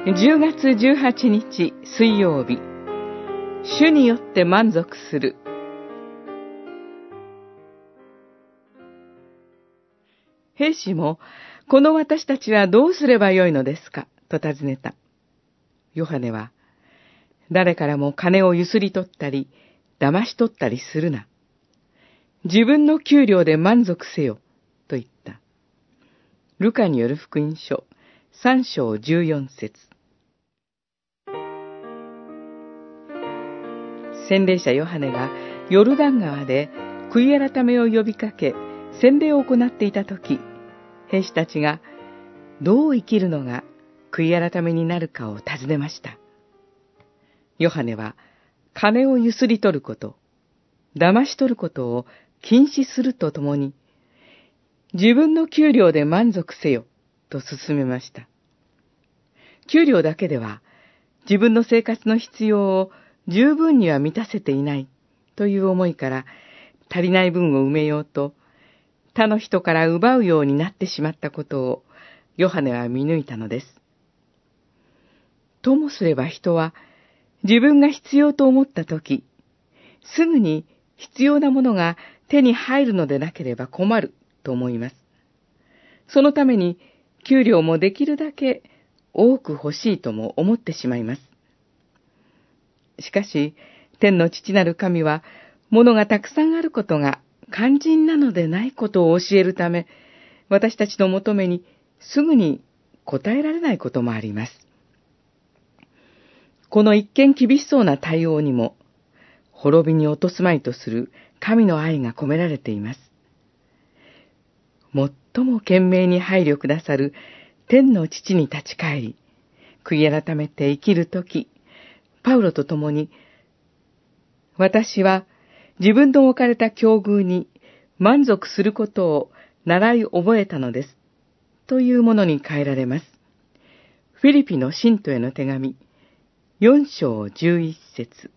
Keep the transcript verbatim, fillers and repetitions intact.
じゅうがつじゅうはちにち水曜日、主によって満足する。兵士も、この私たちはどうすればよいのですかと尋ねた。ヨハネは、誰からも金をゆすり取ったり、騙し取ったりするな。自分の給料で満足せよ、と言った。ルカによる福音書、さんしょうじゅうよんせつ。洗礼者ヨハネがヨルダン川で悔い改めを呼びかけ、洗礼を行っていたとき、兵士たちがどう生きるのが悔い改めになるかを尋ねました。ヨハネは金をゆすり取ること、騙し取ることを禁止するとともに、自分の給料で満足せよと勧めました。給料だけでは自分の生活の必要を十分には満たせていないという思いから、足りない分を埋めようと他の人から奪うようになってしまったことをヨハネは見抜いたのです。ともすれば人は自分が必要と思ったとき、すぐに必要なものが手に入るのでなければ困ると思います。そのために給料もできるだけ多く欲しいとも思ってしまいます。しかし、天の父なる神は、物がたくさんあることが肝心なのでないことを教えるため、私たちの求めにすぐに応えられないこともあります。この一見厳しそうな対応にも、滅びに落とすまいとする神の愛が込められています。最も懸命に配慮くださる天の父に立ち返り、悔い改めて生きるとき、パウロと共に、私は自分の置かれた境遇に満足することを習い覚えたのです、というものに変えられます。フィリピの信徒への手紙、よんしょうじゅういっせつ。